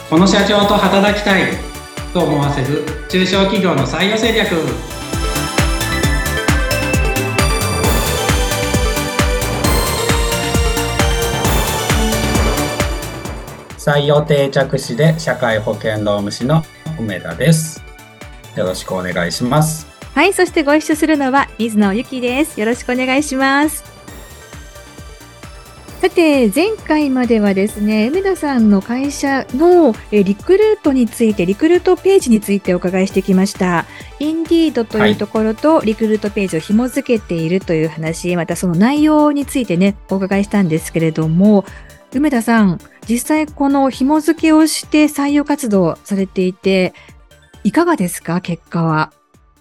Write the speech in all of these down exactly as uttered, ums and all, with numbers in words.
この社長と働きたいと思わせる中小企業の採用戦略。 採用定着士で社会保険労務士の梅田です。よろしくお願いします。 はい、そしてご一緒するのは水野ゆきです。よろしくお願いします。さて、前回まではですね、梅田さんの会社のリクルートについて、リクルートページについてお伺いしてきました。インディードというところとリクルートページを紐付けているという話、またその内容についてね、お伺いしたんですけれども、梅田さん、実際この紐付けをして採用活動されていて、いかがですか、結果は。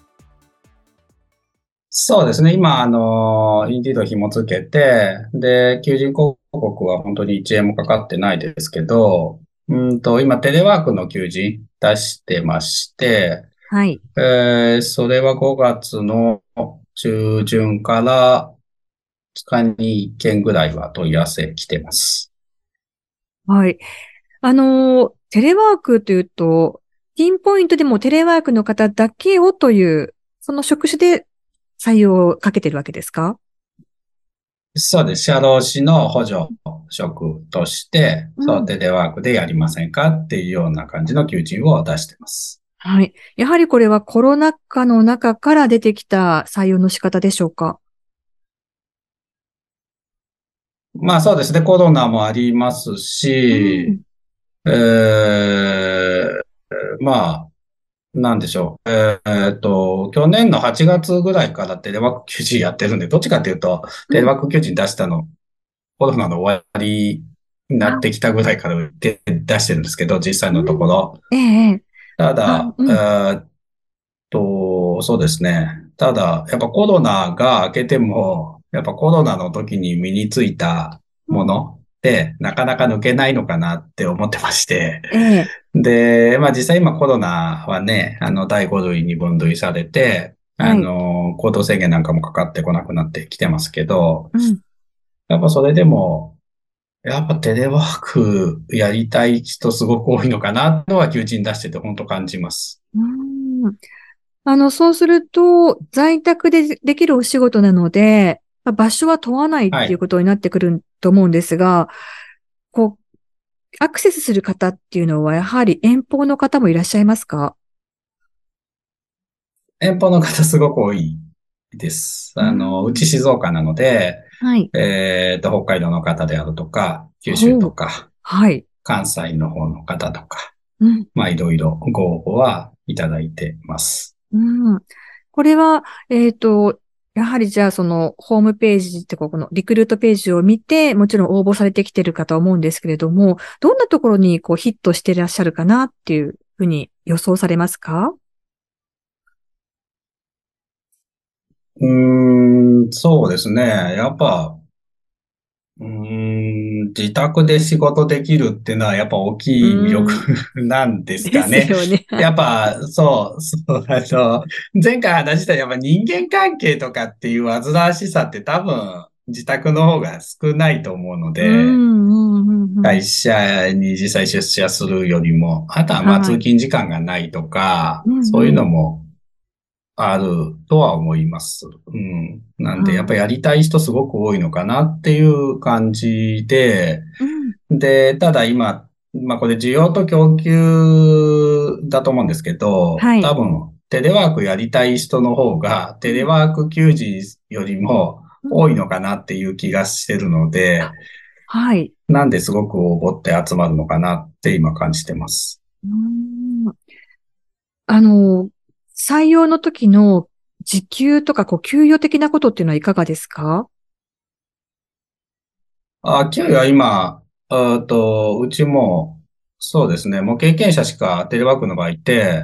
そうですね。今、あの、インディード紐付けて、で、求人広告は本当にいちえんもかかってないですけど、うんと、今、テレワークの求人出してまして、 はい。 えー、それはごがつの中旬からふつかにいっけんぐらいは問い合わせ来てます。 はい。あの、テレワークというと、ピンポイントでもテレワークの方だけをという、その職種で採用をかけてるわけですか？ そうです。社労士の補助職として、 うん。 そう、テレワークでやりませんかっていうような感じの求人を出してます。 はい。やはりこれはコロナ禍の中から出てきた採用の仕方でしょうか？ まあそうですね。コロナもありますうし、 ん。 えー、まあ、なんでしょう。えーっと、去年のはちがつぐらいからテレワーク求人やってるんで、どっちかっていうと、テレうん。 ワーク求人出したの、コロナの終わりになってきたぐらいから出してるんですけど、実際のとこうん。 ろ。 ええ、ええ。 たあ、 だ、えうん。 ーっと、そうですね。ただ、やっぱコロナが明けても、やっぱコロナの時に身についたうん。 ものってなかなか抜けないのかなって思ってまして。 ええ。 で、まあ実際今コロナはね、あのだいご類に分類されて、あはい。 の、行動制限なんかもかかってこなくなってきてますけど、 うん。 やっぱそれでも、やっぱテレワークやりたい人すごく多いのかなとは求人出してて本当感じます。 うーん。あの、そうすると、在宅でできるお仕事なので、まあ場所は問わないっはい。 ていうことになってくると思うんですが、こう、アクセスする方っていうのは、やはり遠方の方もいらっしゃいますか？ 遠方の方すごく多いです。 うーあの、うちん。 静岡なので、 はい。 えっと、北海道の方であるとか、九州ほう。 とか、 はい。 関西の方の方とか、 うん。 まあいろいろご応募はいただいてます。 うん。これは、えっと、やはりじゃあそのホームページってこのリクルートページを見て、もちろん応募されてきてるかと思うんですけれども、どんなところにこうヒットしていらっしゃるかなっていうふうに予想されますか？ うーん、そうですね。やっぱ、うーん、自宅で仕事できるっていうのはやっぱ大うきい魅力ーん。 なんですでかね。 すよね。 やっぱ、そう、そう、あの、前回話したやっぱ人間関係とかっていう煩わしさって多分自宅の方が少ないと思うのうーん、 で、 うん、うん、うん。 会社に実際出社するよりも、あとはまあはい。 通勤時間がないとか、 うん、 そういううん。 のもあるとは思います。うん。なんで、やっぱはい。 やりたい人すごく多いのかなっていう感じで、 うん。 で、ただ今、まあこれ需要と供給だと思うんですけど、 はい。 多分テレワークやりたい人の方がテレうん、 ワーク求人よりもうん。 多いのかなっていう気がしてるので、 あ、はい。 なんですごく応募って集まるのかなって今感じてます。 うーん。あの、採用の時の時給とか、こう、給与的なことっていうのはいかがですか？ あ、給与は今、えっと、うちも、そうですね、もう経験者しかテレワークの場合って、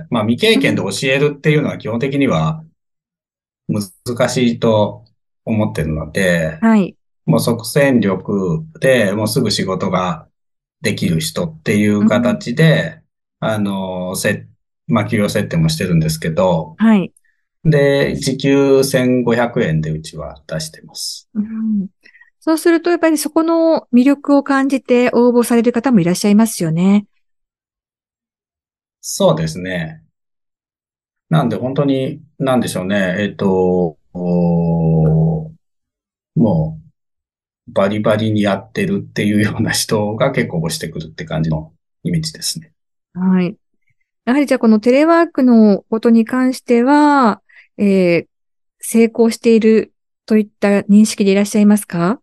まあ未経うん。 験で教えるっていうのは基本的には難しいと思ってるので、 はい。 もう即戦力でもうすぐ仕事ができる人っていううん。 形で、あの、せ、まあ給与設定もしてるんですけど、 はい。 で、時給せんごひゃくえんでうちは出してます。 うん。そうすると、やっぱりそこの魅力を感じて応募される方もいらっしゃいますよね。 そうですね。なんで本当に、なんでしょうね。えっと、おもう、バリバリにやってるっていうような人が結構押してくるって感じのイメージですね。 はい。やはりじゃあこのテレワークのことに関しては、えー成功しているといった認識でいらっしゃいますか？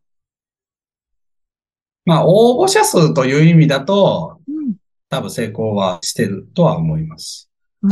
まあ、応募者数という意味だと、 うん。 多分成功はしてるとは思います。 うん。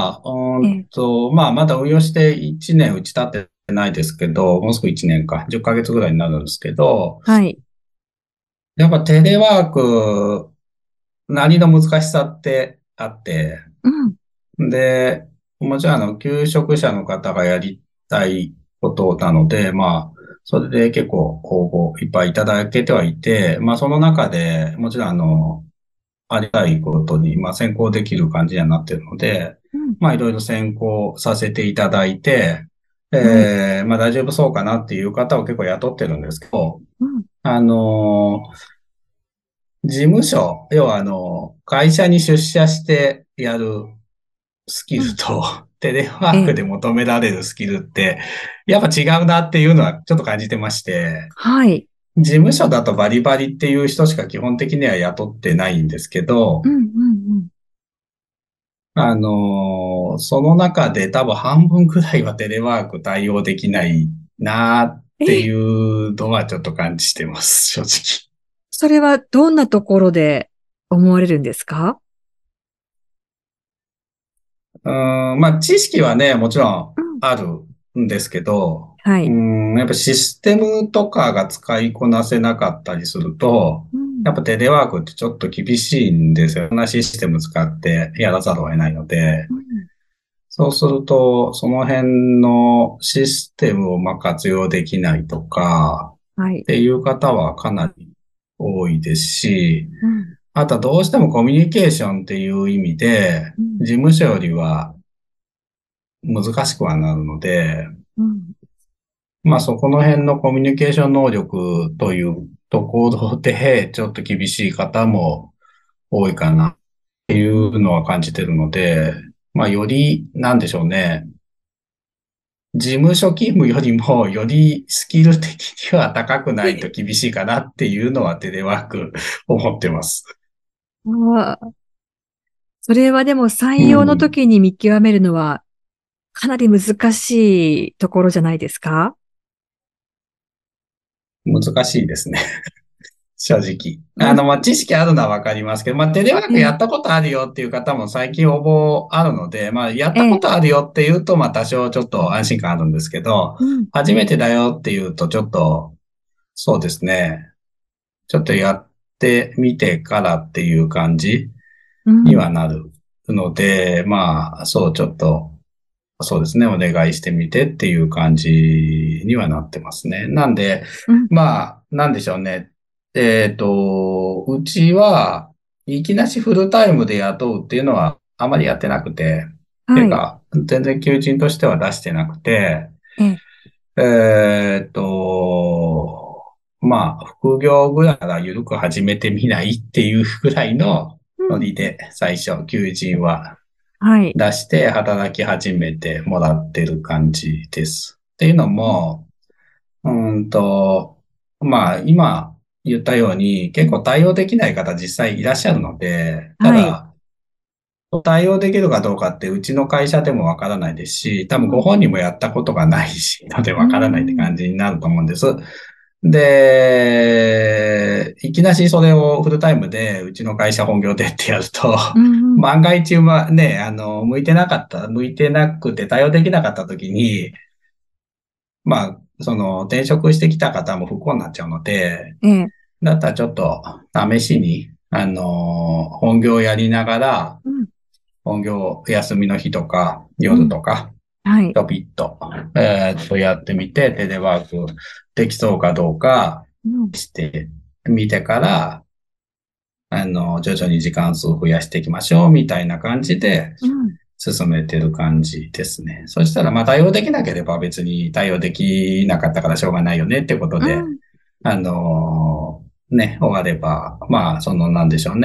ただ、うーんええ。 と、まあ、まだ運用していちねん打ち経ってないですけど、もうすぐいちねんか、じゅっかげつぐらいになるんですけど、 はい。 やっぱテレワークなりの難しさってあって、 うん。 で、もちろんあの、求職者の方がやりたいことなので、まあ、それで結構応募いっぱいいただけてはいて、まあその中でもちろんあの、ありたいことに、まあ選考できる感じにはなっているので、 うん。 まあいろいろ選考させていただいて、 はい。 えー、まあ大丈夫そうかなっていう方を結構雇ってるんですけど、 うん。 あの事務所、要はあの、会社に出社してやるスキうん。 ルと、テレワええ。 ークで求められるスキルって、やっぱ違うなっていうのはちょっと感じてまして、 はい。 事務所だとバリバリっていう人しか基本的には雇ってないんですけど、 うん。うん。うん。 あのーその中で多分半分くらいはテレワーク対応できないなっていええ。 うのはちょっと感じてます、正直。 それはどんなところで思われるんですか？ うーん、まあ知識はね、もちろんうん。 あるんですけど、うーはい。 ん、やっぱシステムとかが使いこなせなかったりすると、 うん。 やっぱテレワークってちょっと厳しいんですよ。そんなシステム使ってやらざるを得ないので。 うん。 そうすると、その辺のシステムをまあ活用できないとか、 はい。 っていう方はかなり多いですし、 うん。 あとはどうしてもコミュニケーションっていう意味で、 うん。 事務所よりは難しくはなるので、 うん。 まあそこの辺のコミュニケーション能力というところで、ちょっと厳しい方も多いかなっていうん。 うのは感じてるので、まあより、なんでしょうね。事務所勤務よりも、よりスキル的には高くないと厳しいかなっていうのはテレワーク思ってます。 ああ、それはでもう採用のん。 時に見極めるのはかなり難しいところじゃないですか？ 難しいですね。正直。あの、 うん。 まあ、知識あるのはわかりますけど、まあ、テレワークやええ、 ったことあるよっていう方も最近応募あるので、まあ、やっええ、 たことあるよっていうと、まあ、多少ちょっと安心感あるんですけど、 うん、 初めてだよっていうと、ちょっと、そうですね。ちょっとやってみてからっていう感じにうん、 はなるので、まあ、そう、ちょっと、そうですね。お願いしてみてっていう感じにはなってますね。なんで、 うん、 まあ、なんでしょうね。えっと、うちは、いきなしフルタイムで雇うっていうのはあまりやってなくて、てはい、 いうか、全然求人としては出してなくて、 ええ、 えっと、まあ、副業ぐらいから緩く始めてみないっていうぐらいのうん、 ノリで最初、求人ははい、 出して働き始めてもらってる感じです。っていうのも、うーんと、まあ今言ったように結構対応できない方実際いらっしゃるので、たはい、 だ対応できるかどうかってうちの会社でもわからないですし、多分ごうん、 本人もやったことがないし、のでうわからないってん、 感じになると思うんです。で、いきなしそれをフルタイムで、うちの会社本業でってやると、 うん、うん、 万が一はね、あの、向いてなかった、向いてなくて対応できなかった時に、まあ、その、転職してきた方も不幸になっちゃうので、 ええ、 だったらちょっと、試しに、あの、本業やりながら、 うん、 本業休みの日とか、 うん、 夜とか、 はい、 ちょぴっと、えーっと、やってみて、テレワークできそうかどうかうん、 してみてから、あの、徐々に時間数を増やしていきましょう、みたいな感じでうん、 進めてる感じですね。そしたら、まあ、対応できなければ別に対応できなかったからしょうがないよねってことで、 うん、 あのね、終われば、まあ、その、なんでしょうね。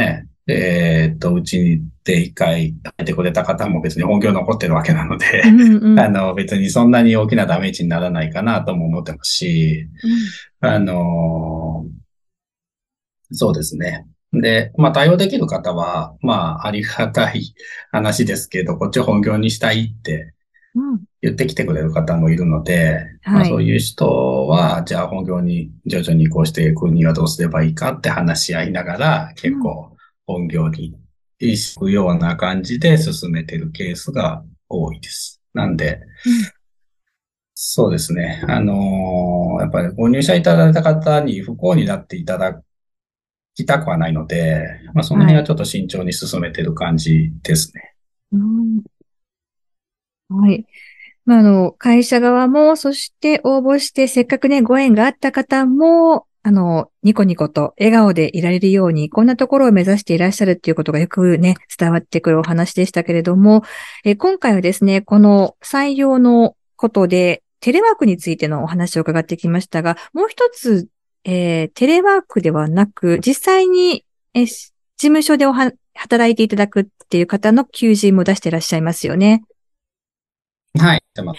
えっと、うちで一回入ってくれた方も別に本業残ってるわけなので、 うんうん、 あの、別にそんなに大きなダメージにならないかなとも思ってますし、 うん、 あの、そうですね。で、まあ対応できる方は、まあありがたい話ですけど、こっちを本業にしたいってうん、 言ってきてくれる方もいるので、まあはい。 そういう人は、じゃあ本業に徐々に移行していくにはどうすればいいかって話し合いながら、 うん、 結構本業に行くような感じで進めてるケースが多いです。なんで、 うん、 そうですね。あのーやっぱりご入社いただいた方に不幸になっていただきたくはないので、まあそのはい。 辺はちょっと慎重に進めてる感じですね。 うん、はい。まあ、あの、会社側も、そして応募して、せっかくね、ご縁があった方も、あの、ニコニコと笑顔でいられるように、こんなところを目指していらっしゃるっていうことがよくね、伝わってくるお話でしたけれども、え、今回はですね、この採用のことで、テレワークについてのお話を伺ってきましたが、もう一つ、えーテレワークではなく、実際に、え、事務所でおは働いていただくっていう方の求人も出していらっしゃいますよね。 はい。してます。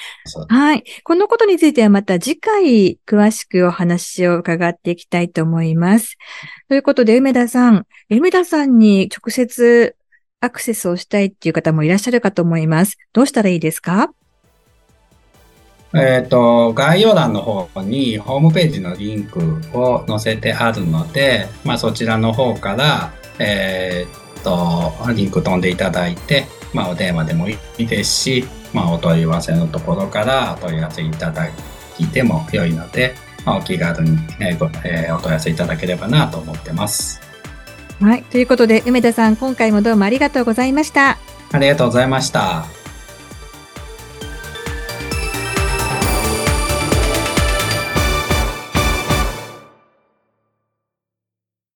はい。このことについてはまた次回詳しくお話を伺っていきたいと思います。ということで、梅田さん、梅田さんに直接アクセスをしたいっていう方もいらっしゃるかと思います。どうしたらいいですか？ えっと、概要欄の方にホームページのリンクを載せてあるので、まあそちらの方から、えっと、リンク飛んでいただいて、まあお電話でもいいですし、まあお問い合わせのところからお問い合わせいただいても良いので、まあ、お気軽に、えーごえーお問い合わせいただければなと思ってます。 はい。ということで、梅田さん、今回もどうもありがとうございました。 ありがとうございました。